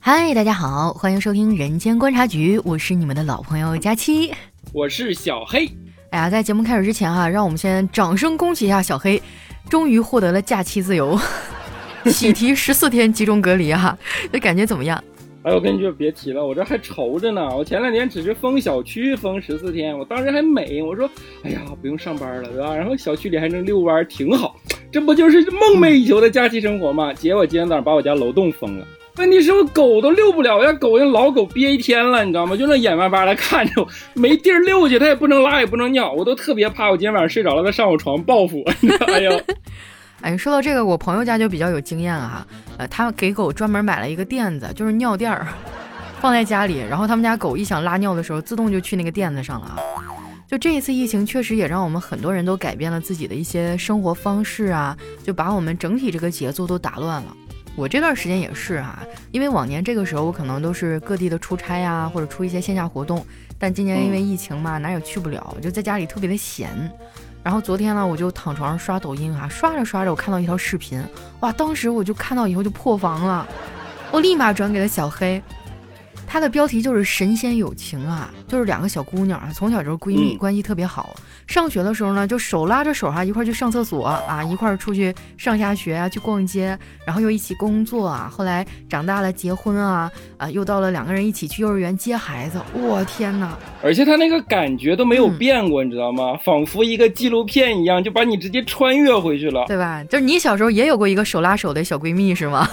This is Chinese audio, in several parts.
嗨，大家好，欢迎收听人间观察局，我是你们的老朋友佳期， 我是小黑。 哎呀，在节目开始之前让我们先掌声恭喜一下小黑，终于获得了假期自由，喜提14天集中隔离这感觉怎么样？ 哎，我跟你说别提了，我这还愁着呢。我前2天只是封小区封14天，我当时还美，我说哎呀不用上班了，对吧？然后小区里还能遛弯，挺好，这不就是梦寐以求的假期生活吗？结果今天早上把我家楼栋封了。问题是我狗都遛不了，我家狗那老狗憋1天了，你知道吗？就那眼巴巴的看着我，没地儿遛去，它也不能拉也不能尿，我都特别怕我今天晚上睡着了它上我床报复我。哎呦， 哎，说到这个，我朋友家就比较有经验他给狗专门买了一个垫子，就是尿垫儿，放在家里，然后他们家狗一想拉尿的时候，自动就去那个垫子上了就这一次疫情确实也让我们很多人都改变了自己的一些生活方式就把我们整体这个节奏都打乱了。我这段时间也是因为往年这个时候我可能都是各地的出差或者出一些线下活动，但今年因为疫情嘛，哪也去不了，就在家里特别的闲。然后昨天呢，我就躺床上刷抖音刷着刷着，我看到一条视频，哇，当时我就看到以后就破防了，我立马转给了小黑。它的标题就是神仙有情就是2个小姑娘从小就是闺蜜，关系特别好。上学的时候呢，就手拉着手一块去上厕所一块出去上下学去逛街，然后又一起工作后来长大了结婚又到了2个人一起去幼儿园接孩子。我天哪！ 而且他那个感觉都没有变过，你知道吗？仿佛一个纪录片一样，就把你直接穿越回去了， 对吧？就是你小时候也有过一个手拉手的小闺蜜是吗？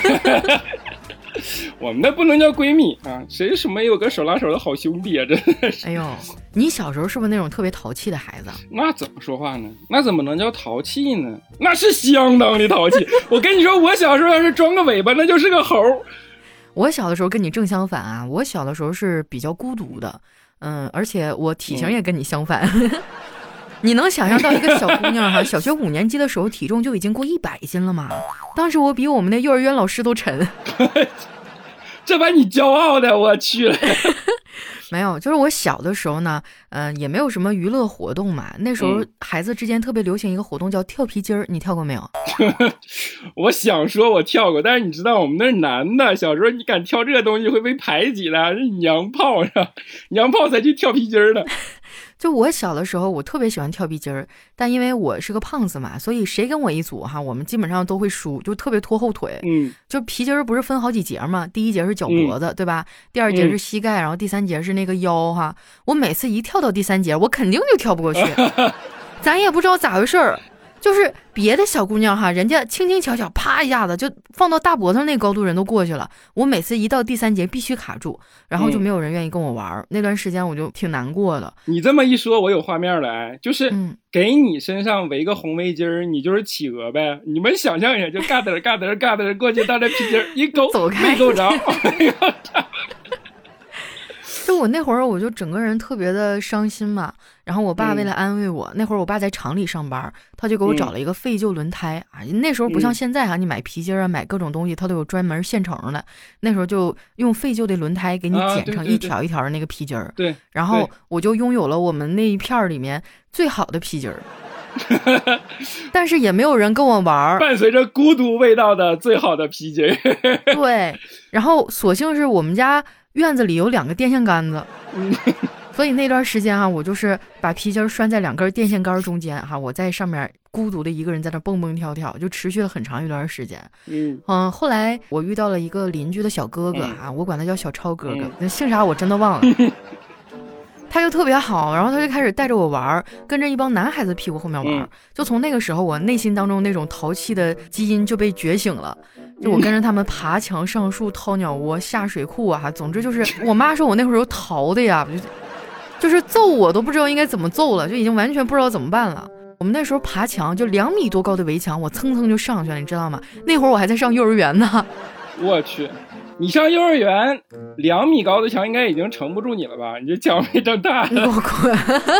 我们那不能叫闺蜜谁什么有个手拉手的好兄弟真的是。 哎呦，你小时候是不是那种特别淘气的孩子？ 那怎么说话呢？那怎么能叫淘气呢？那是相当的淘气。我跟你说，我小时候要是装个尾巴，那就是个猴。 我小的时候跟你正相反我小的时候是比较孤独的，而且我体型也跟你相反。你能想象到一个小姑娘小学5年级的时候体重就已经过100斤了吗？当时我比我们的幼儿园老师都沉。 这把你骄傲的，我去了。 没有，就是我小的时候呢，也没有什么娱乐活动嘛。那时候孩子之间特别流行一个活动叫跳皮筋儿，你跳过没有？ 我想说我跳过，但是你知道我们那是男的，小时候你敢跳这个东西会被排挤的，是娘炮是吧？娘炮才去跳皮筋儿的。 就我小的时候，我特别喜欢跳皮筋儿，但因为我是个胖子嘛，所以谁跟我一组我们基本上都会输，就特别拖后腿。就皮筋儿不是分好几节嘛，第1节是脚脖子，对吧？第2节是膝盖，然后第3节是那个腰我每次一跳到第3节，我肯定就跳不过去。咱也不知道咋回事儿。就是别的小姑娘人家轻轻巧巧啪一下子就放到大脖子那高度人都过去了，我每次一到第3节必须卡住，然后就没有人愿意跟我玩那段时间我就挺难过的。 你这么一说我有画面了就是给你身上围个红围巾你就是企鹅呗，你们想象一下，就嘎噔嘎噔嘎噔过去，到这皮筋一勾走开， 没勾着。 就我那会儿我就整个人特别的伤心嘛，然后我爸为了安慰我，那会儿我爸在厂里上班，他就给我找了一个废旧轮胎那时候不像现在你买皮筋买各种东西他都有专门现成的，那时候就用废旧的轮胎给你剪成一条一条的那个皮筋对， 然后我就拥有了我们那一片里面最好的皮筋但是也没有人跟我玩， 伴随着孤独味道的最好的皮筋对，然后所幸是我们家院子里有2个电线杆子所以那段时间我就是把皮筋拴在2根电线杆中间我在上面孤独的一个人在那蹦蹦跳跳，就持续了很长一段时间。后来我遇到了一个邻居的小哥哥我管他叫小超哥哥，姓啥我真的忘了。他就特别好，然后他就开始带着我玩，跟着一帮男孩子屁股后面玩。就从那个时候我内心当中那种淘气的基因就被觉醒了，就我跟着他们爬墙上树掏鸟窝下水库总之就是我妈说我那会儿有淘的呀，就是揍我都不知道应该怎么揍了，就已经完全不知道怎么办了。我们那时候爬墙就2米多高的围墙，我蹭蹭就上去了，你知道吗？那会儿我还在上幼儿园呢。 我去，你上幼儿园2米高的墙应该已经撑不住你了吧？你这墙没这么大。 你给我滚！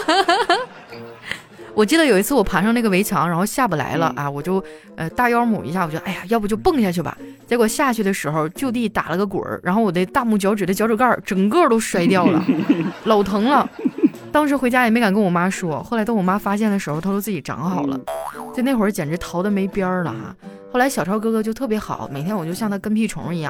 我记得有一次我爬上那个围墙，然后下不来了我就大腰母一下，我就哎呀，要不就蹦下去吧。结果下去的时候就地打了个滚，然后我的大拇脚趾的脚趾盖整个都摔掉了，老疼了。当时回家也没敢跟我妈说，后来等我妈发现的时候，她都自己长好了。就那会儿简直逃得没边儿了哈。后来小超哥哥就特别好，每天我就像他跟屁虫一样。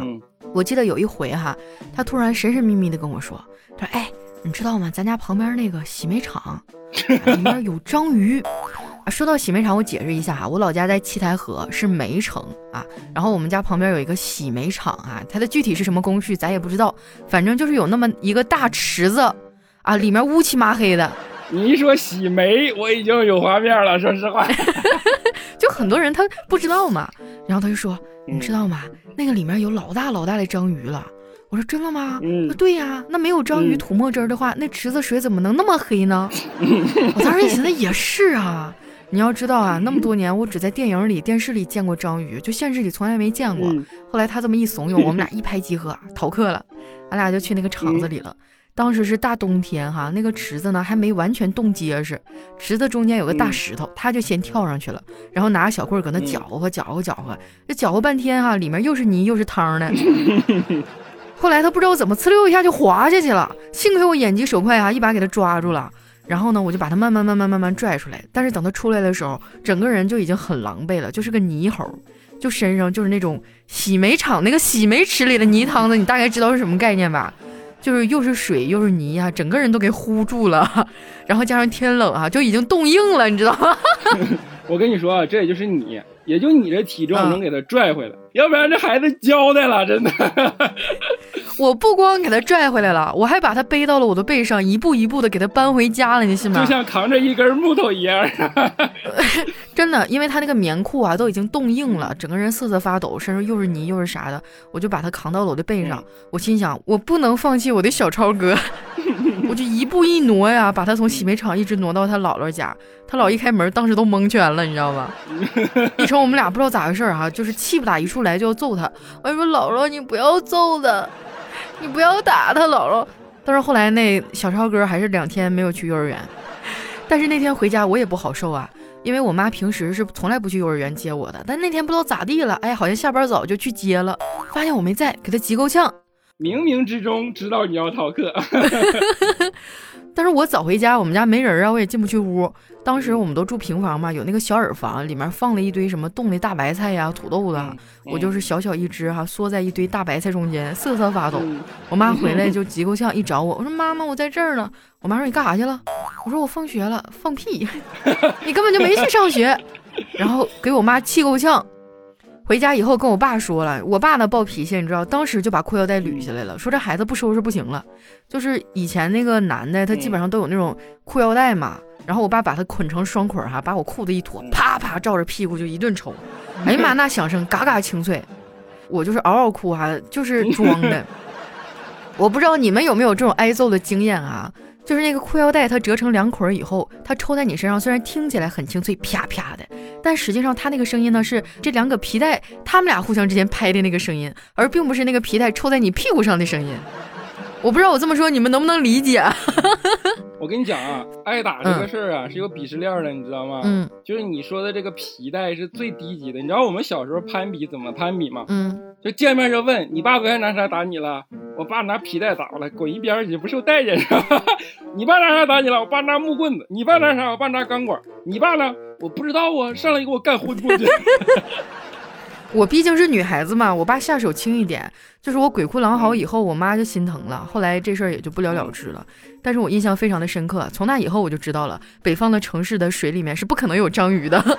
我记得有一回哈，他突然神神秘秘的跟我说，他说哎，你知道吗？咱家旁边那个洗煤厂里面有章鱼。说到洗煤厂，我解释一下哈，我老家在七台河，是煤城啊，然后我们家旁边有一个洗煤厂啊，它的具体是什么工序咱也不知道，反正就是有那么一个大池子啊，里面乌漆麻黑的。 你一说洗煤，我已经有画面了，说实话。 就很多人他不知道嘛，然后他就说，你知道吗？那个里面有老大的章鱼了。我说真的吗？对呀，那没有章鱼吐沫汁的话，那池子水怎么能那么黑呢？我当时一寻思也是啊，你要知道啊，那么多年我只在电影里、电视里见过章鱼，就现实里从来没见过。后来他这么一怂恿，我们俩一拍即合，逃课了，俺俩就去那个厂子里了。当时是大冬天哈，那个池子呢还没完全冻结实，池子中间有个大石头，他就先跳上去了，然后拿着小棍搁那搅和，这搅和半天哈，里面又是泥又是汤的。后来他不知道怎么呲溜一下就滑下去了，幸亏我眼疾手快啊，一把给他抓住了。然后呢，我就把他慢慢拽出来。但是等他出来的时候，整个人就已经很狼狈了，就是个泥猴，就身上就是那种洗煤厂那个洗煤池里的泥汤子，你大概知道是什么概念吧？就是又是水又是泥啊，整个人都给糊住了。然后加上天冷啊，就已经冻硬了，你知道吗？ 我跟你说啊，这也就是你，也就你这体重能给他拽回来，要不然这孩子交代了，真的。 我不光给他拽回来了，我还把他背到了我的背上，一步一步的给他搬回家了，你信吗？ 就像扛着一根木头一样。 真的，因为他那个棉裤啊都已经冻硬了，整个人瑟瑟发抖，身上又是泥又是啥的，我就把他扛到了我的背上。我心想，我不能放弃我的小超哥。我就一步一挪呀，把他从洗煤厂一直挪到他姥姥家。他姥一开门，当时都蒙圈了，你知道吗？一成我们俩不知道咋回事哈，就是气不打一处来就要揍他。我说姥姥，你不要揍他，你不要打他，姥姥。但是后来那小超哥还是2天没有去幼儿园。但是那天回家我也不好受啊，因为我妈平时是从来不去幼儿园接我的，但那天不知道咋地了，哎，好像下班早就去接了，发现我没在，给他急够呛。 冥冥之中知道你要逃课。 但是我早回家，我们家没人啊，我也进不去屋。当时我们都住平房嘛，有那个小耳房，里面放了一堆什么冻的大白菜呀、土豆子，我就是小小一只哈，缩在一堆大白菜中间，瑟瑟发抖。我妈回来就急够呛一找我，我说妈妈我在这儿呢。我妈说你干啥去了？我说我放学了。放屁，你根本就没去上学。然后给我妈气够呛。回家以后跟我爸说了，我爸呢暴脾气，你知道，当时就把裤腰带捋下来了，说这孩子不收拾不行了。就是以前那个男的，他基本上都有那种裤腰带嘛，然后我爸把他捆成双捆哈，把我裤子一脱，啪啪照着屁股就一顿抽。哎呀妈，那响声嘎嘎清脆。我就是嗷嗷哭哈，就是装的。我不知道你们有没有这种挨揍的经验啊？就是那个裤腰带它折成2捆以后，它抽在你身上，虽然听起来很清脆，啪啪的，但实际上它那个声音呢是这2个皮带它们俩互相之间拍的那个声音，而并不是那个皮带抽在你屁股上的声音。我不知道我这么说你们能不能理解。 我跟你讲啊，挨打这个事儿啊是有鄙视链的，你知道吗？就是你说的这个皮带是最低级的。你知道我们小时候攀比怎么攀比吗？就见面就问你爸昨天拿啥打你了？我爸拿皮带打了，滚一边去，不受待见是吧？你爸拿啥打你了？我爸拿木棍子。你爸拿啥？我爸拿钢管。你爸呢？我不知道啊，上来给我干昏过去。 我毕竟是女孩子嘛，我爸下手轻一点。就是我鬼哭狼嚎以后，我妈就心疼了，后来这事儿也就不了了之了。但是我印象非常的深刻，从那以后我就知道了，北方的城市的水里面是不可能有章鱼的。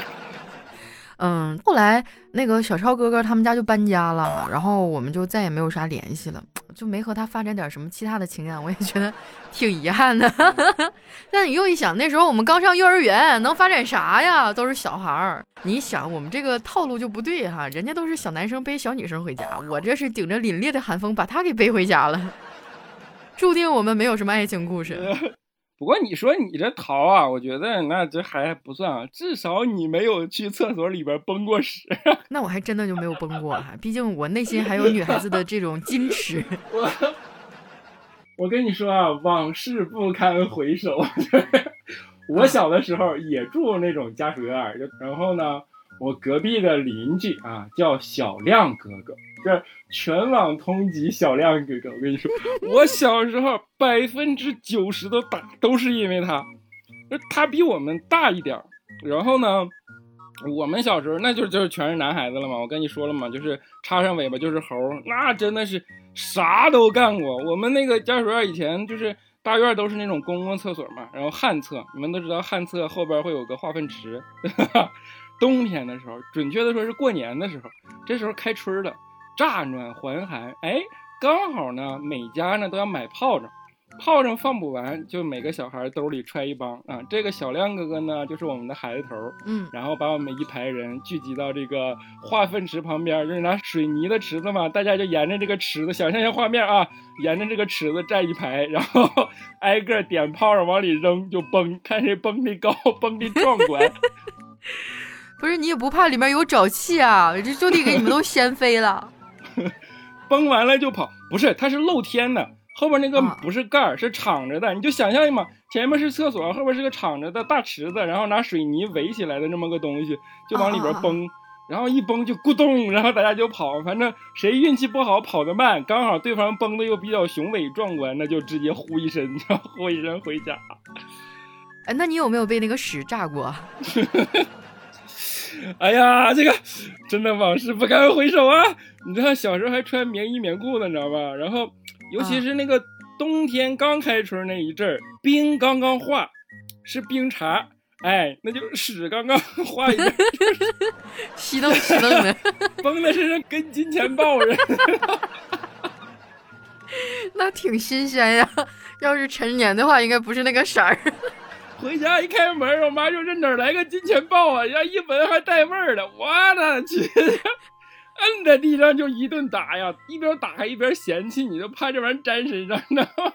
后来那个小超哥哥他们家就搬家了，然后我们就再也没有啥联系了，就没和他发展点什么其他的情感，我也觉得挺遗憾的。但你又一想，那时候我们刚上幼儿园，能发展啥呀？都是小孩儿。你想我们这个套路就不对哈，人家都是小男生背小女生回家，我这是顶着凛冽的寒风把他给背回家了，注定我们没有什么爱情故事。 不过你说你这逃啊，我觉得那这还不算啊，至少你没有去厕所里边崩过屎。 那我还真的就没有崩过哈，毕竟我内心还有女孩子的这种矜持。 我跟你说啊，往事不堪回首。我小的时候也住那种家属院，然后呢，我隔壁的邻居啊叫小亮哥哥，这全网通缉小亮哥哥。我跟你说，我小时候90%的打都是因为他比我们大一点，然后呢， 我们小时候那就是全是男孩子了嘛，我跟你说了嘛，就是插上尾巴就是猴，那真的是啥都干过。我们那个家属院以前就是大院都是那种公共厕所嘛，然后旱厕，你们都知道旱厕后边会有个化粪池，冬天的时候，准确的说是过年的时候，这时候开春了，乍暖还寒，哎，刚好呢每家呢都要买炮仗，炮仗放不完，就每个小孩兜里揣一帮啊。这个小亮哥哥呢，就是我们的孩子头，然后把我们一排人聚集到这个化粪池旁边，就是拿水泥的池子嘛，大家就沿着这个池子，想象一下画面啊，沿着这个池子站一排，然后挨个点炮仗往里扔，就崩，看谁崩的高，崩的壮观。 不是你也不怕里面有沼气啊？这就得给你们都掀飞了。 崩完了就跑，不是，它是露天的。后边那个不是盖儿，是敞着的，你就想象嘛，前面是厕所，后边是个敞着的大池子，然后拿水泥围起来的这么个东西，就往里边崩，然后一崩就咕咚，然后大家就跑，反正谁运气不好跑得慢，刚好对方崩的又比较雄伟壮观，那就直接呼一声，然后呼一声回家。 哎，那你有没有被那个屎炸过？ 哎呀，这个真的往事不堪回首啊！你知道小时候还穿棉衣棉裤的，你知道吧？然后尤其是那个冬天刚开春那一阵儿，冰刚刚化，是冰碴，哎，那就屎刚刚化一遍， 熄灯熄灯的， 崩的身上跟金钱豹似的。 那挺新鲜呀！要是陈年的话，应该不是那个色儿。 回家一开门，我妈就这哪儿来个金钱豹啊？呀，一闻还带味儿的，我的去！摁在地上就一顿打呀，一边打还一边嫌弃，你就怕这玩意儿粘身上，你知道吗？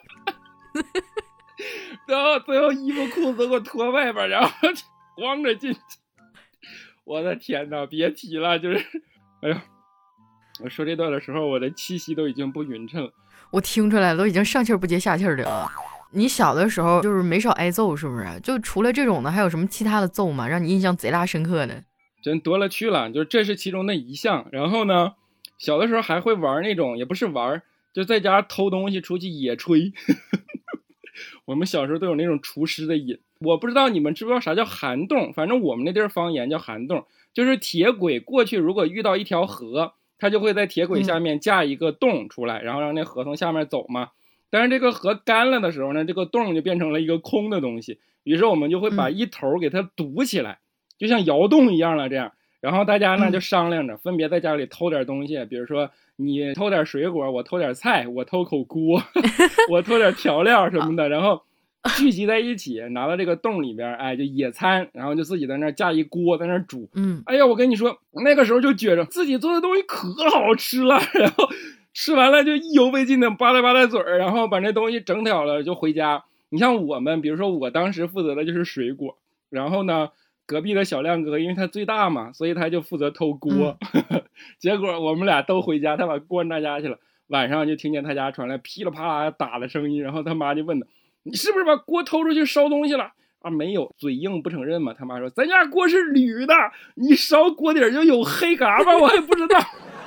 然后最后衣服裤子给我脱外边，然后光着进去。我的天哪，别提了，就是，哎呀，我说这段的时候，我的气息都已经不匀称了。 我听出来了，都已经上气儿不接下气儿的了。你小的时候就是没少挨揍，是不是？就除了这种的，还有什么其他的揍吗？让你印象贼拉深刻的？ 真多了去了，就是这是其中的一项。然后呢，小的时候还会玩那种，也不是玩，就在家偷东西出去野炊。我们小时候都有那种厨师的瘾。我不知道你们知不知道啥叫涵洞，反正我们那地儿方言叫涵洞，就是铁轨过去如果遇到一条河，它就会在铁轨下面架一个洞出来，然后让那河从下面走嘛。但是这个河干了的时候呢，这个洞就变成了一个空的东西，于是我们就会把一头给它堵起来，就像窑洞一样了这样。然后大家呢就商量着分别在家里偷点东西，比如说你偷点水果，我偷点菜，我偷口锅，我偷点调料什么的，然后聚集在一起，拿到这个洞里边，哎，就野餐，然后就自己在那架一锅在那煮。哎呀，我跟你说，那个时候就觉着自己做的东西可好吃了，然后吃完了就意犹未尽的吧嗒吧嗒嘴儿，然后把那东西整好了就回家。你像我们，比如说我当时负责的就是水果，然后呢，隔壁的小亮哥因为他最大嘛，所以他就负责偷锅。结果我们俩都回家，他把锅拿家去了。晚上就听见他家传来噼里啪啦打的声音，然后他妈就问他：“你是不是把锅偷出去烧东西了？”啊，没有，嘴硬不承认嘛。他妈说：“咱家锅是铝的，你烧锅底就有黑嘎巴，我还不知道。”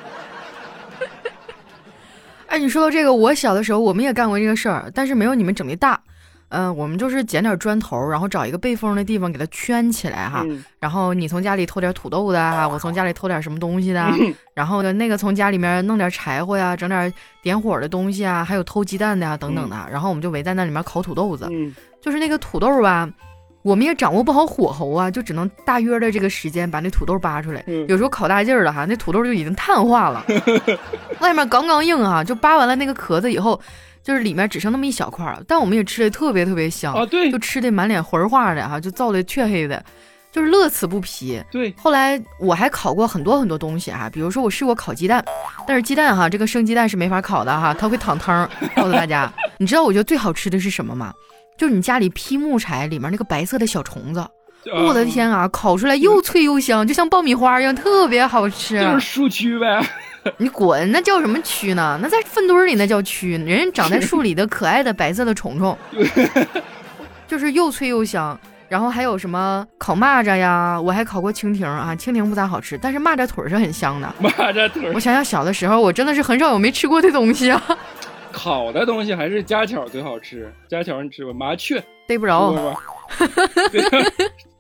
哎，你说到这个，我小的时候我们也干过这个事儿，但是没有你们整的大。我们就是捡点砖头，然后找一个背风的地方给它圈起来哈。然后你从家里偷点土豆的啊，我从家里偷点什么东西的，然后那个从家里面弄点柴火呀，整点点火的东西啊，还有偷鸡蛋的呀等等的。然后我们就围在那里面烤土豆子。就是那个土豆吧，我们也掌握不好火候啊，就只能大约的这个时间把那土豆扒出来。有时候烤大劲儿了哈，那土豆就已经碳化了，外面刚刚硬啊，就扒完了那个壳子以后，就是里面只剩那么一小块，但我们也吃的特别特别香啊， 对， 就吃的满脸魂化的哈，就造的黢黑的，就是乐此不疲。 对， 后来我还烤过很多很多东西哈，比如说我试过烤鸡蛋，但是鸡蛋哈，这个生鸡蛋是没法烤的哈，它会淌汤。告诉大家，你知道我觉得最好吃的是什么吗？就是你家里劈木柴里面那个白色的小虫子，我的天啊，烤出来又脆又香，就像爆米花一样，特别好吃。 就是树蛆呗。 你滚，那叫什么蛆呢？那在粪堆里那叫蛆，人家长在树里的可爱的白色的虫虫，就是又脆又香。然后还有什么烤蚂蚱呀，我还烤过蜻蜓啊，蜻蜓不咋好吃，但是蚂蚱腿是很香的。 蚂蚱腿，我想想小的时候，我真的是很少有没吃过的东西啊。 烤的东西还是家巧最好吃，家巧你吃过麻雀？ 逮不着。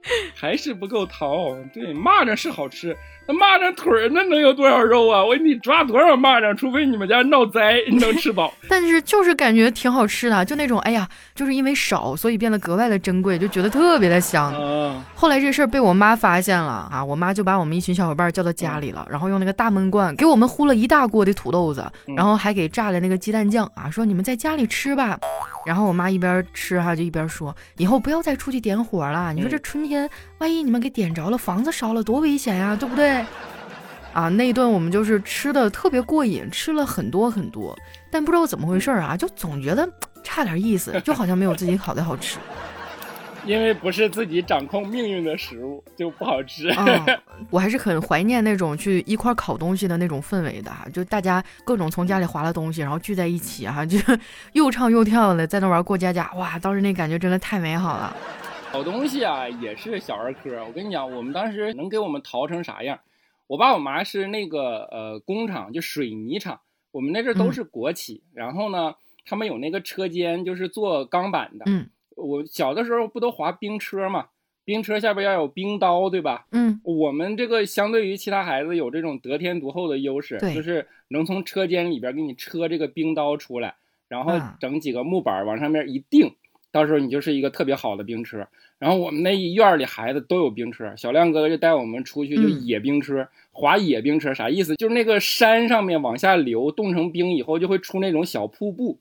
还是不够淘。对，蚂蚱是好吃，那蚂蚱腿那能有多少肉啊？你抓多少蚂蚱，除非你们家闹灾，你能吃饱。 但是就是感觉挺好吃的，就那种哎呀，就是因为少，所以变得格外的珍贵，就觉得特别的香。后来这事儿被我妈发现了啊，我妈就把我们一群小伙伴叫到家里了，然后用那个大闷罐给我们烀了一大锅的土豆子，然后还给炸了那个鸡蛋酱啊，说你们在家里吃吧。然后我妈一边吃就一边说，以后不要再出去点火了，你说这春天万一你们给点着了，房子烧了多危险呀，对不对？啊，那一顿我们就是吃的特别过瘾，吃了很多很多，但不知道怎么回事啊，就总觉得差点意思，就好像没有自己烤的好吃。 因为不是自己掌控命运的食物，就不好吃。 我还是很怀念那种去一块烤东西的那种氛围的，就大家各种从家里划了东西，然后聚在一起啊，就又唱又跳的在那玩过家家，哇，当时那感觉真的太美好了。 烤东西啊，也是小儿科。我跟你讲，我们当时能给我们淘成啥样？我爸我妈是那个工厂，就水泥厂，我们那阵都是国企，然后呢，他们有那个车间，就是做钢板的。我小的时候不都滑冰车嘛，冰车下边要有冰刀，对吧？我们这个相对于其他孩子有这种得天独厚的优势，就是能从车间里边给你车这个冰刀出来，然后整几个木板往上面一钉，到时候你就是一个特别好的冰车。然后我们那一院里孩子都有冰车，小亮哥哥就带我们出去就野冰车，滑野冰车啥意思？就是那个山上面往下流，冻成冰以后就会出那种小瀑布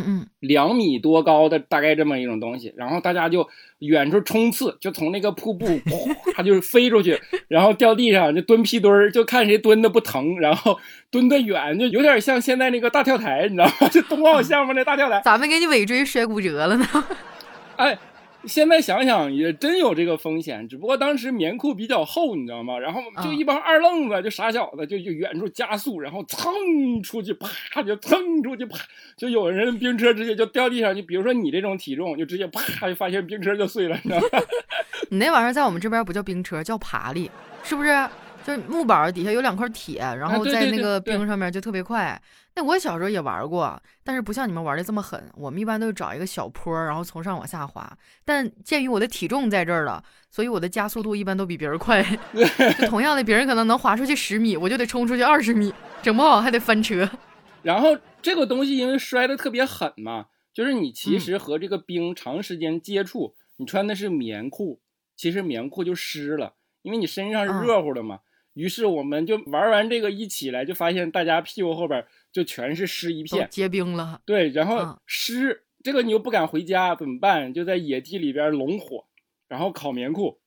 ，2米多高的大概这么一种东西，然后大家就远处冲刺，就从那个瀑布哗就飞出去，然后掉地上就蹲屁墩儿，就看谁蹲的不疼，然后蹲得远，就有点像现在那个大跳台，你知道吗？就冬奥项目那大跳台， 咋没给你尾椎摔骨折了呢？ 哎。现在想想也真有这个风险，只不过当时棉裤比较厚，你知道吗？然后就一帮二愣子，就傻小子，就远处加速，然后蹭出去，啪就蹭出去，啪就有人冰车直接就掉地上。就比如说你这种体重，就直接啪就发现冰车就碎了，你知道吗？ 你那玩意儿在我们这边不叫冰车，叫爬犁，是不是？就是木板底下有2块铁，然后在那个冰上面就特别快。那我小时候也玩过，但是不像你们玩的这么狠。我们一般都是找一个小坡，然后从上往下滑。但鉴于我的体重在这儿了，所以我的加速度一般都比别人快。同样的，别人可能能滑出去10米，我就得冲出去20米，整不好还得翻车。 然后这个东西因为摔得特别狠嘛，就是你其实和这个冰长时间接触，你穿的是棉裤，其实棉裤就湿了，因为你身上是热乎的嘛。于是我们就玩完这个一起来，就发现大家屁股后边就全是湿一片， 结冰了。 对，然后湿，这个你又不敢回家怎么办？就在野地里边拢火，然后烤棉裤，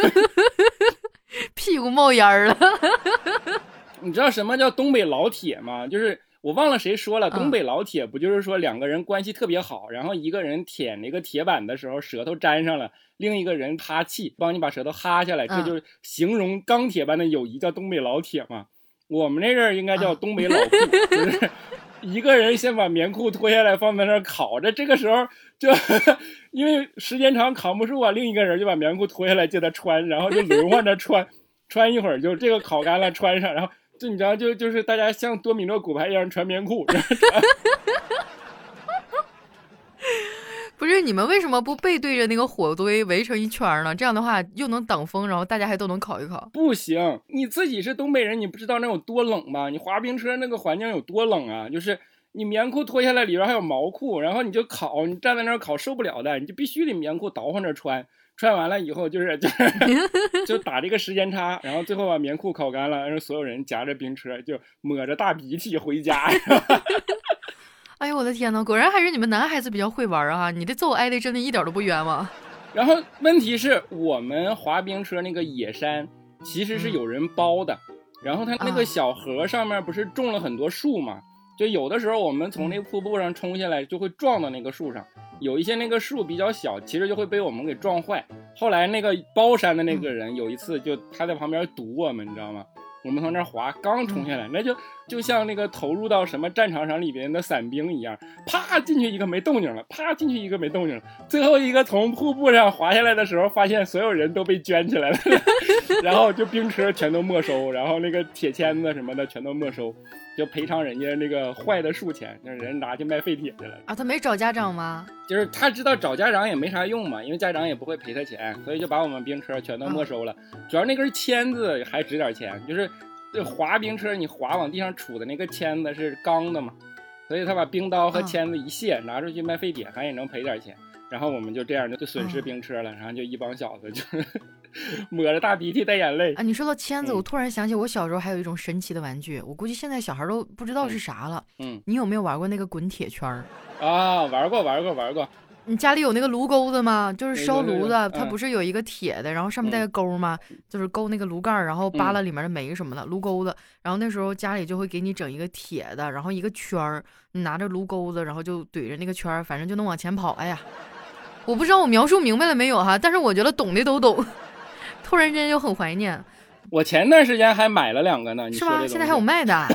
屁股冒烟了。 你知道什么叫东北老铁吗？就是我忘了谁说了，东北老铁不就是说2个人关系特别好，然后一个人舔那个铁板的时候舌头粘上了，另一个人哈气帮你把舌头哈下来，这就是形容钢铁般的友谊，叫东北老铁嘛。我们那阵应该叫东北老裤，就是一个人先把棉裤脱下来放在那儿烤着，这个时候就因为时间长扛不住啊，另一个人就把棉裤脱下来接着穿，然后就轮换着穿一会儿，就这个烤干了穿上，然后就你知道就是大家像多米诺骨牌一样穿棉裤。 不是，你们为什么不背对着那个火堆围成一圈呢？这样的话又能挡风，然后大家还都能烤一烤。 不行，你自己是东北人，你不知道那有多冷吗？你滑冰车那个环境有多冷啊，就是你棉裤脱下来里边还有毛裤，然后你就烤，你站在那儿烤受不了的，你就必须得棉裤倒换着穿完了以后就打这个时间差，然后最后把棉裤烤干了，让所有人夹着冰车就抹着大鼻涕回家。 哎呦我的天哪，果然还是你们男孩子比较会玩啊！你的揍挨的真的一点都不冤枉。 然后问题是我们滑冰车那个野山其实是有人包的，然后它那个小河上面不是种了很多树嘛，就有的时候我们从那个瀑布上冲下来就会撞到那个树上，有一些那个树比较小，其实就会被我们给撞坏。后来那个包山的那个人有一次就他在旁边堵我们，你知道吗？我们从那儿滑，刚冲下来，那就就像那个投入到什么战场上里边的伞兵一样，啪进去一个没动静了，啪进去一个没动静了，最后一个从瀑布上滑下来的时候，发现所有人都被圈起来了，然后就兵车全都没收，然后那个铁签子什么的全都没收，就赔偿人家那个坏的数钱，让人拿去卖废铁去了啊。他没找家长吗？ 就是他知道找家长也没啥用嘛，因为家长也不会赔他钱，所以就把我们兵车全都没收了。主要那根签子还值点钱，就是滑冰车你滑往地上杵的那个签子是钢的嘛，所以他把冰刀和签子一卸，拿出去卖废铁，还也能赔点钱。然后我们就这样就损失冰车了，然后就一帮小子就抹着大鼻涕带眼泪啊！你说到签子，我突然想起我小时候还有一种神奇的玩具，我估计现在小孩都不知道是啥了。你有没有玩过那个滚铁圈啊？玩过。 你家里有那个炉钩子吗？就是烧炉子，它不是有一个铁的，然后上面带个钩吗？就是勾那个炉盖，然后扒拉里面的煤什么的，炉钩子。然后那时候家里就会给你整一个铁的，然后一个圈儿，你拿着炉钩子，然后就怼着那个圈儿，反正就能往前跑。哎呀，我不知道我描述明白了没有哈，但是我觉得懂的都懂。突然间就很怀念。 我前段时间还买了2个呢，你说这是吧？现在还有卖的。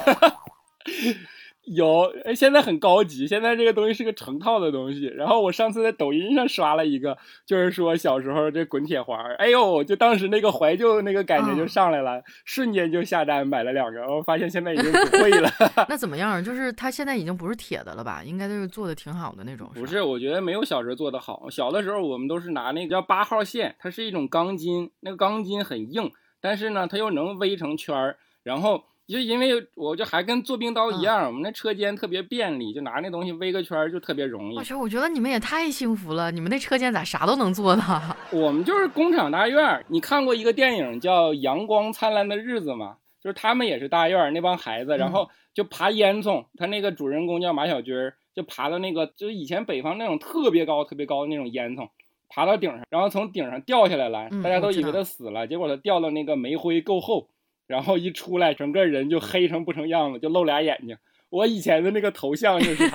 有，现在很高级，现在这个东西是个成套的东西。然后我上次在抖音上刷了一个，就是说小时候这滚铁环，哎呦，就当时那个怀旧那个感觉就上来了，瞬间就下单买了2个。我发现现在已经不会了。 那怎么样？就是它现在已经不是铁的了吧？应该都是做的挺好的那种。 不是，我觉得没有小时候做的好。小的时候我们都是拿那个叫8号线，它是一种钢筋，那个钢筋很硬，但是呢它又能围成圈儿，然后就因为我就还跟做冰刀一样，我们那车间特别便利，就拿那东西围个圈就特别容易。 我觉得你们也太幸福了，你们那车间咋啥都能做呢？ 我们就是工厂大院。你看过一个电影叫《阳光灿烂的日子》吗？就是他们也是大院那帮孩子，然后就爬烟囱，他那个主人公叫马小军，就爬到那个就是以前北方那种特别高的那种烟囱，爬到顶上，然后从顶上掉下来了，大家都以为他死了，结果他掉到那个煤灰够厚，然后一出来整个人就黑成不成样子，就露俩眼睛。我以前的那个头像就是他。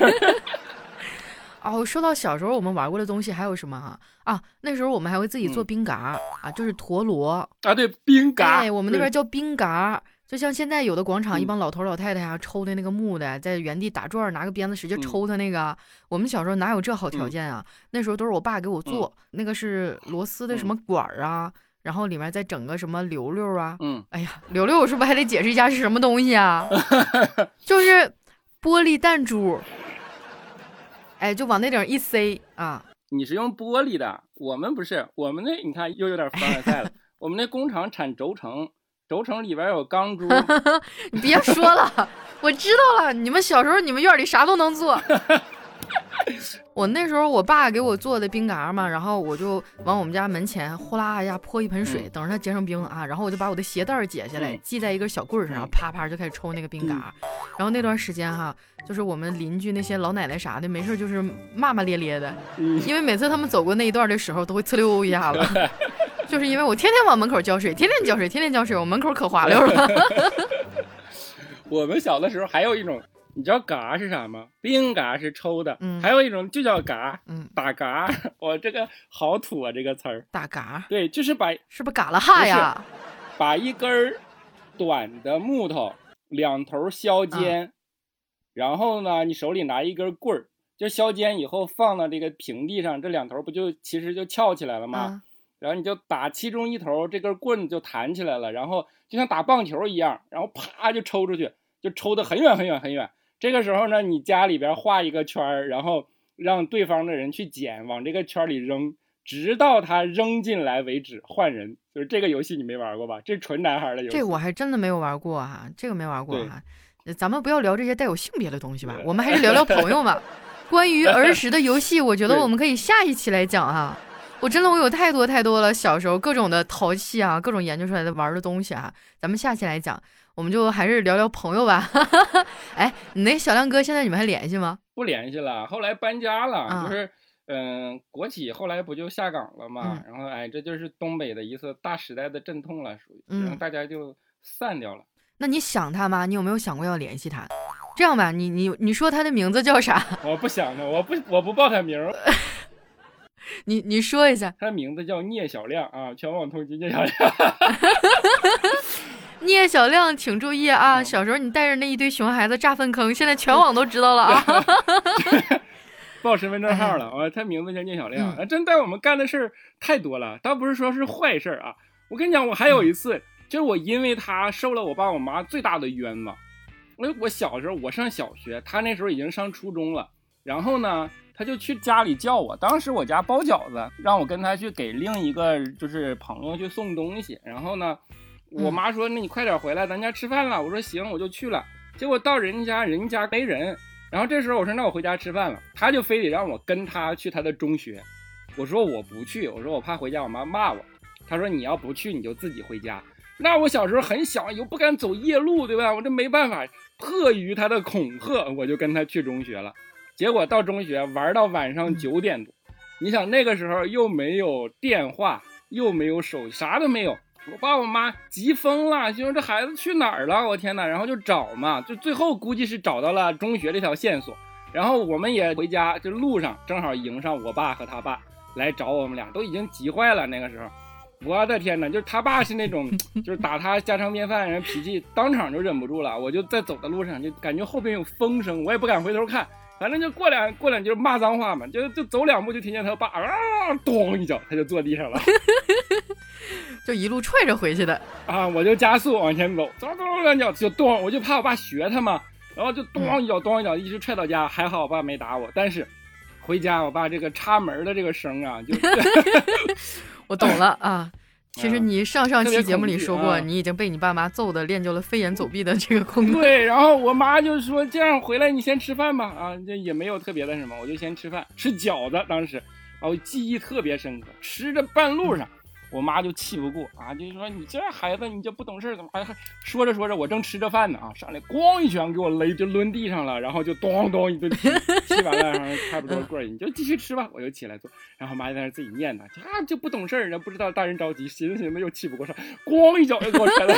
哦，说到小时候我们玩过的东西还有什么啊？那时候我们还会自己做冰嘎啊，就是陀螺啊，对，冰嘎。 哎，我们那边叫冰嘎。就像现在有的广场，一帮老头老太太啊，抽的那个木的，在原地打转，拿个鞭子使劲抽它那个。我们小时候哪有这好条件啊？那时候都是我爸给我做，那个是螺丝的什么管啊，然后里面再整个什么溜溜啊。哎呀，溜溜是不是还得解释一下是什么东西啊？就是玻璃弹珠，哎，就往那顶一塞啊。 你是用玻璃的，我们不是，我们那你看又有点凡尔赛了。我们那工厂产轴承。轴承里边有钢珠。 你别说了，我知道了，你们小时候你们院里啥都能做。我那时候我爸给我做的冰嘎嘛，然后我就往我们家门前呼啦一下泼一盆水，等着它结成冰啊，然后我就把我的鞋带解下来系在一根小棍上，然后啪啪就开始抽那个冰嘎。然后那段时间就是我们邻居那些老奶奶啥的没事就是骂骂咧咧的，因为每次他们走过那一段的时候都会呲溜一下子。就是因为我天天往门口浇水，天天浇水，我门口可滑溜了。 我们小的时候还有一种，你知道嘎是啥吗？冰嘎是抽的，还有一种就叫嘎，打嘎。我这个好土啊，这个词儿。 打嘎， 对，就是是不是嘎了哈呀？ 把一根短的木头两头削尖，然后呢，你手里拿一根棍儿，就削尖以后放到这个平地上，这两头不就其实就翘起来了吗？然后你就打其中一头，这根棍就弹起来了，然后就像打棒球一样，然后啪就抽出去，就抽得很远很远很远。这个时候呢，你家里边画一个圈，然后让对方的人去捡，往这个圈里扔，直到他扔进来为止，换人。就是这个游戏你没玩过吧？这是纯男孩的游戏。 这我还真的没有玩过这个没玩过咱们不要聊这些带有性别的东西吧，我们还是聊聊朋友吧。关于儿时的游戏，我觉得我们可以下一期来讲我有太多了，小时候各种的淘气各种研究出来的玩的东西咱们下期来讲。我们就还是聊聊朋友吧。哎，你那小亮哥现在你们还联系吗？ 不联系了，后来搬家了，就是国企后来不就下岗了嘛，然后这就是东北的一次大时代的阵痛了，属于然后大家就散掉了。 那你想他吗？你有没有想过要联系他？这样吧，你说他的名字叫啥？ 我不想的，我不报他名。 你说一下。 他的名字叫聂小亮全网通缉聂小亮。 聂小亮，请注意啊！小时候你带着那一堆熊孩子炸粪坑，现在全网都知道了啊！ 报身份证号了，他名字叫聂小亮，真带我们干的事儿太多了，倒不是说是坏事啊。我跟你讲，我还有一次，就是我因为他受了我爸我妈最大的冤枉。我小时候我上小学，他那时候已经上初中了，然后呢，他就去家里叫我，当时我家包饺子，让我跟他去给另一个就是朋友去送东西，然后呢，我妈说那你快点回来，咱家吃饭了。我说行，我就去了。结果到人家没人，然后这时候我说那我回家吃饭了，他就非得让我跟他去他的中学。我说我不去，我说我怕回家我妈骂我。他说你要不去你就自己回家。那我小时候很小，又不敢走夜路，对吧？我这没办法，迫于他的恐吓，我就跟他去中学了。结果到中学玩到晚上9点多，你想那个时候又没有电话，又没有手机，啥都没有。我爸我妈急疯了，就说这孩子去哪儿了？我天哪！然后就找嘛，就最后估计是找到了中学这条线索。然后我们也回家，就路上正好迎上我爸和他爸来找我们俩，都已经急坏了。那个时候，我的天哪！就是他爸是那种，就是打他家常便饭，人脾气当场就忍不住了。我就在走的路上就感觉后边有风声，我也不敢回头看。反正就过两句骂脏话嘛，就走2步就听见他爸咚一脚，他就坐地上了， 就一路踹着回去的啊！我就加速往前走，咚2脚就咚，我就怕我爸学他嘛，然后就咚一脚一直踹到家，还好我爸没打我，但是回家我爸这个插门的这个声啊，就我懂了啊。其实你上期节目里说过，你已经被你爸妈揍的练就了飞檐走壁的这个功能。 对，然后我妈就说这样回来你先吃饭吧，啊，这也没有特别的什么，我就先吃饭，吃饺子。当时啊，我记忆特别深刻，吃着半路上，我妈就气不过啊，就说你这孩子你就不懂事，怎么还说着我正吃着饭呢啊，上来咣一拳给我勒就抡地上了，然后就咚咚一顿气完了，然后差不多过瘾，你就继续吃吧，我就起来做，然后妈在那自己念叨，就不懂事呢，不知道大人着急，寻思又气不过上，咣一脚就给我踹了。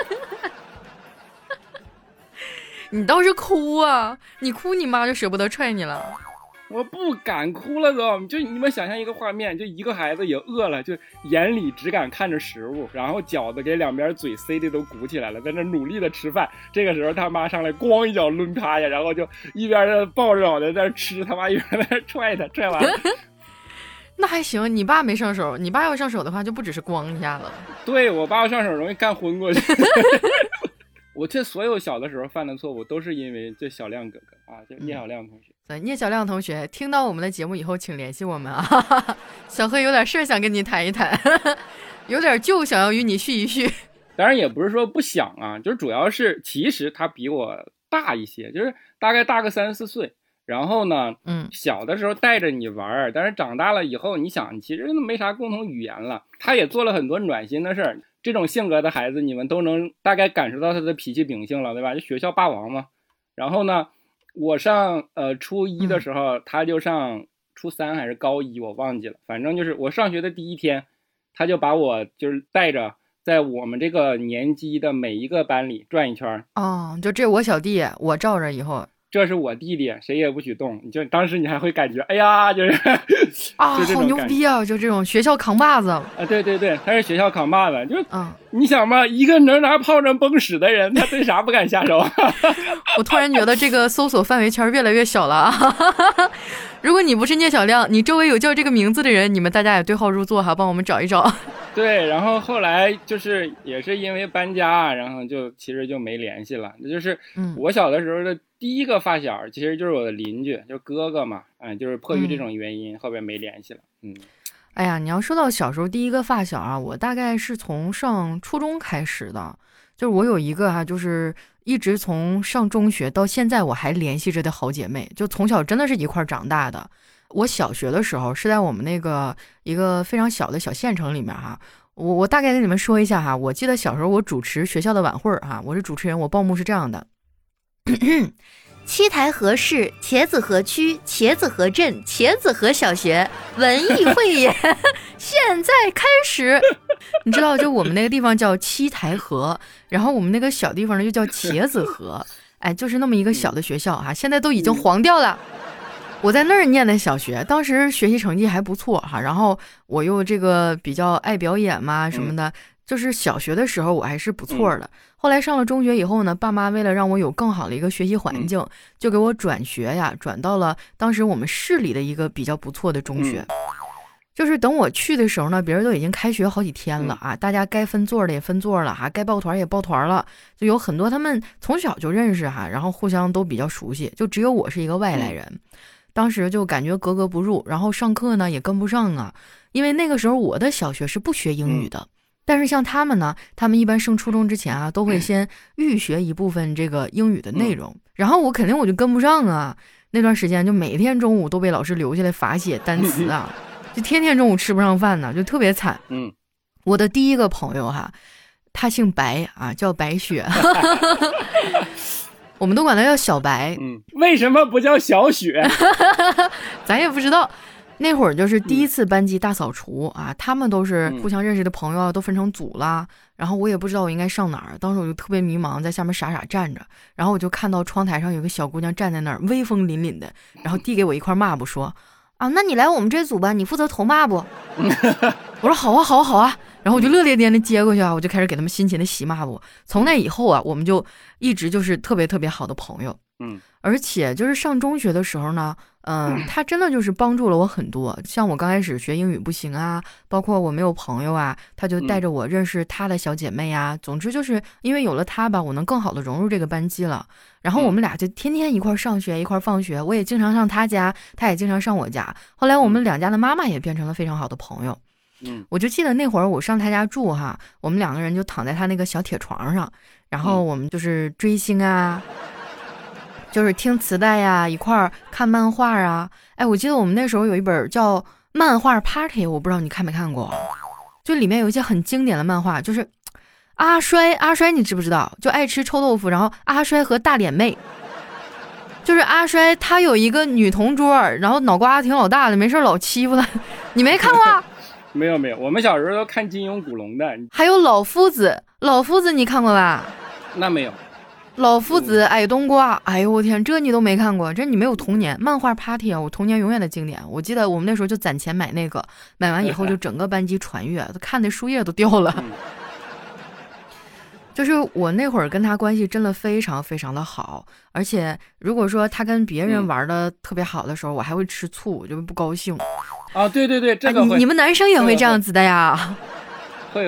你倒是哭啊，你哭你妈就舍不得踹你了。 我不敢哭了都，就你们想象一个画面，就一个孩子也饿了，就眼里只敢看着食物，然后饺子给两边嘴塞的都鼓起来了，在那努力的吃饭。这个时候他妈上来咣一脚抡他呀，然后就一边抱着脑袋在那吃，他妈一边在那踹他，踹完了。 那还行，你爸没上手，你爸要上手的话就不只是咣一下子。 对，我爸要上手容易干昏过去。我这所有小的时候犯的错误都是因为这小亮哥哥啊，就聂小亮同学。 聂小亮同学听到我们的节目以后请联系我们啊，小黑有点事想跟你谈一谈，有点旧想要与你叙一叙。 当然也不是说不想啊，就是主要是其实他比我大一些，就是大概大个3、4岁。然后呢，小的时候带着你玩，但是长大了以后，你想其实没啥共同语言了。他也做了很多暖心的事儿，这种性格的孩子，你们都能大概感受到他的脾气秉性了，对吧？就学校霸王嘛。然后呢，我上初1的时候，他就上初3还是高1，我忘记了。反正就是我上学的第一天，他就把我就是带着在我们这个年级的每一个班里转一圈。 哦，就这我小弟，我罩着以后。 这是我弟弟，谁也不许动。就当时你还会感觉，哎呀，就是啊，好牛逼啊！就这种学校扛把子啊， 对，他是学校扛把子。就你想吧，一个能拿炮仗崩屎的人，他对啥不敢下手？ 我突然觉得这个搜索范围圈越来越小了啊！如果你不是聂小亮，你周围有叫这个名字的人，你们大家也对号入座哈，帮我们找一找。 对，然后后来就是也是因为搬家，然后就其实就没联系了。这就是我小的时候的第一个发小，其实就是我的邻居，就哥哥嘛，就是迫于这种原因，后边没联系了。 哎呀，你要说到小时候第一个发小啊，我大概是从上初中开始的，就是我有一个就是一直从上中学到现在我还联系着的好姐妹，就从小真的是一块长大的。我小学的时候是在我们那个一个非常小的小县城里面哈，我大概跟你们说一下哈，我记得小时候我主持学校的晚会哈，我是主持人，我报幕是这样的。七台河市茄子河区茄子河镇茄子河小学文艺汇演现在开始。你知道就我们那个地方叫七台河，然后我们那个小地方呢就叫茄子河，就是那么一个小的学校哈，现在都已经黄掉了。我在那儿念的小学，当时学习成绩还不错哈，然后我又这个比较爱表演嘛什么的， 就是小学的时候我还是不错的，后来上了中学以后呢，爸妈为了让我有更好的一个学习环境，就给我转学呀，转到了当时我们市里的一个比较不错的中学。就是等我去的时候呢，别人都已经开学好几天了啊，大家该分座的也分座了哈，该抱团也抱团了，就有很多他们从小就认识哈，然后互相都比较熟悉，就只有我是一个外来人。当时就感觉格格不入，然后上课呢也跟不上啊，因为那个时候我的小学是不学英语的，但是像他们呢，他们一般升初中之前啊，都会先预学一部分这个英语的内容，然后我肯定就跟不上啊。那段时间就每天中午都被老师留下来罚写单词啊，就天天中午吃不上饭呢，就特别惨。我的第一个朋友哈，他姓白啊，叫白雪，我们都管他叫小白。 为什么不叫小雪？ 咱也不知道。那会儿就是第一次班级大扫除啊，他们都是互相认识的朋友，都分成组啦。然后我也不知道我应该上哪儿，当时我就特别迷茫，在下面傻傻站着。然后我就看到窗台上有个小姑娘站在那儿，威风凛凛的，然后递给我一块抹布，说：“啊，那你来我们这组吧，你负责投抹布。”我说：“好啊，好啊，好啊。”然后我就乐咧咧的接过去啊，我就开始给他们辛勤的洗抹布。从那以后啊，我们就一直就是特别特别好的朋友。而且就是上中学的时候呢，他真的就是帮助了我很多。像我刚开始学英语不行啊，包括我没有朋友啊，他就带着我认识他的小姐妹啊。总之就是因为有了他吧，我能更好的融入这个班级了。然后我们俩就天天一块上学，一块放学。我也经常上他家，他也经常上我家。后来我们两家的妈妈也变成了非常好的朋友。我就记得那会儿我上他家住哈，我们两个人就躺在他那个小铁床上，然后我们就是追星啊。就是听磁带呀，一块儿看漫画啊。哎，我记得我们那时候有一本叫《漫画 Party》，我不知道你看没看过，就里面有一些很经典的漫画，就是阿衰，你知不知道？就爱吃臭豆腐，然后阿衰和大脸妹，就是阿衰他有一个女同桌，然后脑瓜子挺老大的，没事老欺负他，你没看过？ 没有，我们小时候都看金庸、古龙的。 还有老夫子你看过吧？ 那没有。 老夫子矮冬瓜，哎呦我天，这你都没看过，这你没有童年。漫画 Party 啊，我童年永远的经典。我记得我们那时候就攒钱买那个，买完以后就整个班级传阅，看的书页都掉了。就是我那会儿跟他关系真的非常非常的好，而且如果说他跟别人玩的特别好的时候，我还会吃醋，我就不高兴。 啊，对，这个会。 你们男生也会这样子的呀？ 会。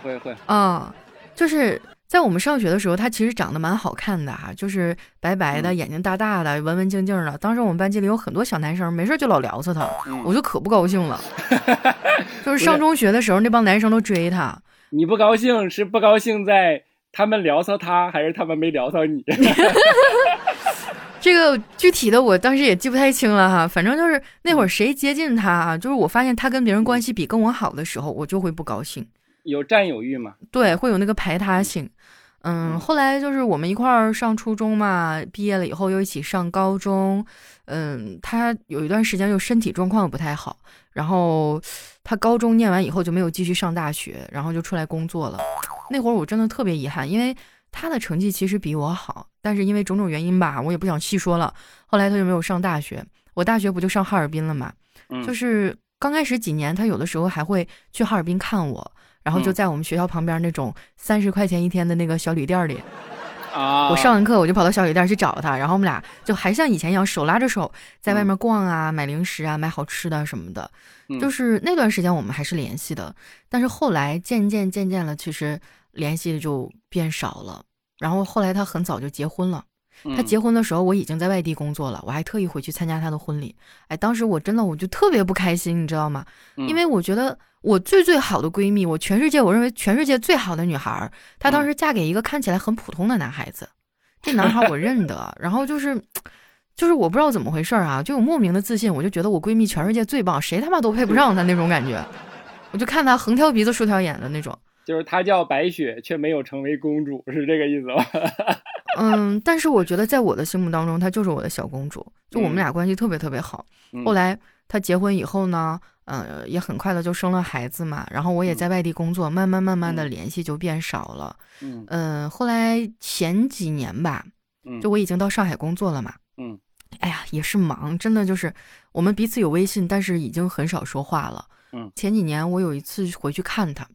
就是在我们上学的时候，他其实长得蛮好看的哈，就是白白的，眼睛大大的，文文静静的。当时我们班级里有很多小男生，没事就老聊着他，我就可不高兴了。就是上中学的时候，那帮男生都追他。 你不高兴是不高兴在他们聊骚他，还是他们没聊骚你？ 这个具体的我当时也记不太清了哈，反正就是那会儿谁接近他啊，就是我发现他跟别人关系比跟我好的时候，我就会不高兴。 有占有欲嘛？ 对，会有那个排他性。后来就是我们一块儿上初中嘛，毕业了以后又一起上高中。他有一段时间就身体状况不太好，然后他高中念完以后就没有继续上大学，然后就出来工作了。那会儿我真的特别遗憾，因为他的成绩其实比我好，但是因为种种原因吧，我也不想细说了。后来他就没有上大学，我大学不就上哈尔滨了嘛？就是刚开始几年，他有的时候还会去哈尔滨看我。然后就在我们学校旁边那种30块钱一天的那个小旅店里，我上完课我就跑到小旅店去找他，然后我们俩就还像以前一样手拉着手在外面逛啊，买零食啊，买好吃的什么的。就是那段时间我们还是联系的，但是后来渐渐了，其实联系就变少了。然后后来他很早就结婚了。他结婚的时候我已经在外地工作了，我还特意回去参加他的婚礼。哎，当时我就特别不开心，你知道吗？因为我觉得我最好的闺蜜，我认为全世界最好的女孩，她当时嫁给一个看起来很普通的男孩子。这男孩我认得，然后就是我不知道怎么回事啊，就有莫名的自信，我就觉得我闺蜜全世界最棒，谁他妈都配不上她那种感觉。我就看她横挑鼻子竖挑眼的那种。 就是她叫白雪，却没有成为公主，是这个意思吗？ 但是我觉得在我的心目当中，她就是我的小公主，就我们俩关系特别特别好。后来她结婚以后呢，也很快的就生了孩子嘛，然后我也在外地工作，慢慢的联系就变少了。后来前几年吧，就我已经到上海工作了嘛。哎呀，也是忙，真的就是我们彼此有微信，但是已经很少说话了。前几年我有一次回去看他，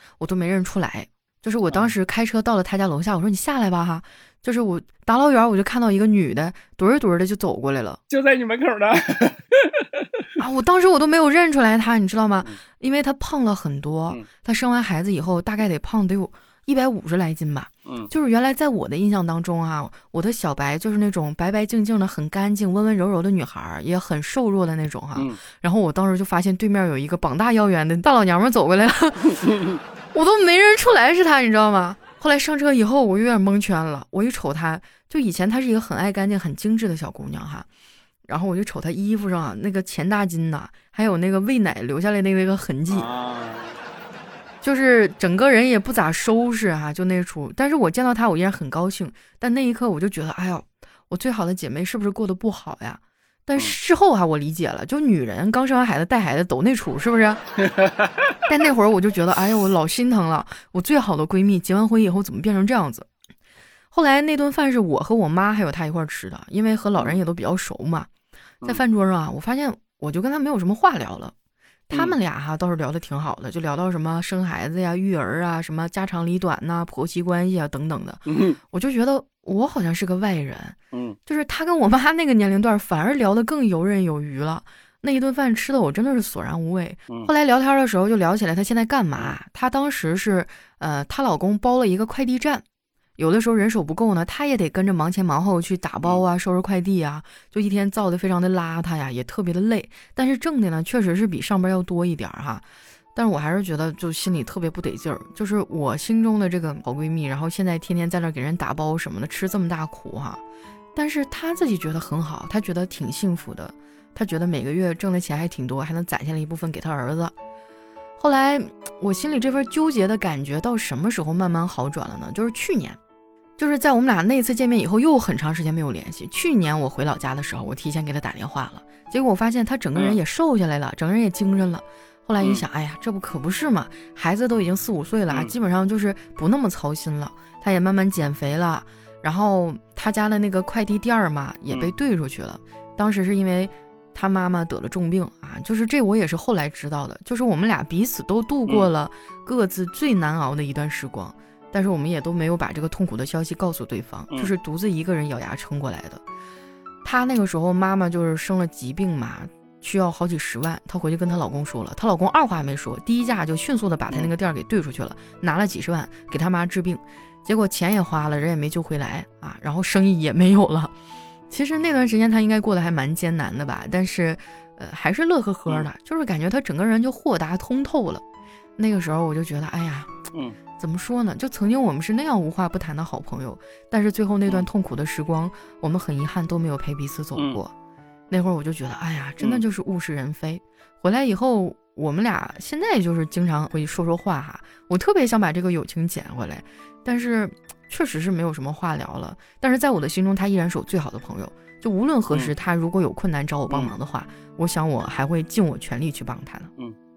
我都没认出来。就是我当时开车到了他家楼下，我说你下来吧哈，就是我大老远我就看到一个女的踱着踱着就走过来了， 就在你门口呢。 啊，我当时我都没有认出来她，你知道吗？因为她胖了很多，她生完孩子以后大概得有150来斤吧。就是原来在我的印象当中啊，我的小白就是那种白白净净的很干净温温柔柔的女孩，也很瘦弱的那种哈。然后我当时就发现对面有一个膀大腰圆的大老娘们走过来了，我都没认出来是她，你知道吗？后来上车以后我有点蒙圈了，我一瞅她，就以前她是一个很爱干净很精致的小姑娘哈，然后我就瞅她衣服上那个钱大金呐，还有那个喂奶留下来那个痕迹，就是整个人也不咋收拾啊，就那出。但是我见到她我依然很高兴，但那一刻我就觉得哎呦，我最好的姐妹是不是过得不好呀？但事后啊我理解了，就女人刚生完孩子带孩子都那出是不是？但那会儿我就觉得哎呦我老心疼了，我最好的闺蜜结完婚以后怎么变成这样子。后来那顿饭是我和我妈还有她一块吃的，因为和老人也都比较熟嘛。在饭桌上啊，我发现我就跟她没有什么话聊了，他们俩哈倒是聊得挺好的，就聊到什么生孩子呀、育儿啊、什么家长里短呐、婆媳关系啊等等的。我就觉得我好像是个外人，就是他跟我妈那个年龄段反而聊得更游刃有余了。那一顿饭吃的我真的是索然无味。后来聊天的时候就聊起来她现在干嘛，她当时是她老公包了一个快递站，有的时候人手不够呢，她也得跟着忙前忙后去打包啊、收拾快递啊，就一天造得非常的邋遢呀，也特别的累，但是挣的呢确实是比上班要多一点哈。但是我还是觉得就心里特别不得劲儿，就是我心中的这个好闺蜜，然后现在天天在那给人打包什么的，吃这么大苦哈。但是她自己觉得很好，她觉得挺幸福的，她觉得每个月挣的钱还挺多，还能攒下来一部分给她儿子。后来我心里这份纠结的感觉到什么时候慢慢好转了呢？就是去年，就是在我们俩那次见面以后又很长时间没有联系。去年我回老家的时候，我提前给她打电话了，结果我发现她整个人也瘦下来了，整个人也精神了。后来一想，哎呀，这不可不是嘛，孩子都已经4、5岁了，基本上就是不那么操心了，她也慢慢减肥了，然后她家的那个快递店嘛也被兑出去了。当时是因为她妈妈得了重病啊，就是这我也是后来知道的，就是我们俩彼此都度过了各自最难熬的一段时光，但是我们也都没有把这个痛苦的消息告诉对方，就是独自一个人咬牙撑过来的。她那个时候妈妈就是生了疾病嘛，需要好几十万，她回去跟她老公说了，她老公二话没说，第一价就迅速的把她那个店给兑出去了，拿了几十万给她妈治病，结果钱也花了，人也没救回来啊，然后生意也没有了。其实那段时间她应该过得还蛮艰难的吧，但是还是乐呵呵的，就是感觉她整个人就豁达通透了。那个时候我就觉得哎呀，怎么说呢，就曾经我们是那样无话不谈的好朋友，但是最后那段痛苦的时光我们很遗憾都没有陪彼此走过。那会儿我就觉得哎呀，真的就是物是人非。回来以后我们俩现在就是经常会说说话哈，我特别想把这个友情捡回来，但是确实是没有什么话聊了。但是在我的心中她依然是我最好的朋友，就无论何时她如果有困难找我帮忙的话，我想我还会尽我全力去帮她的。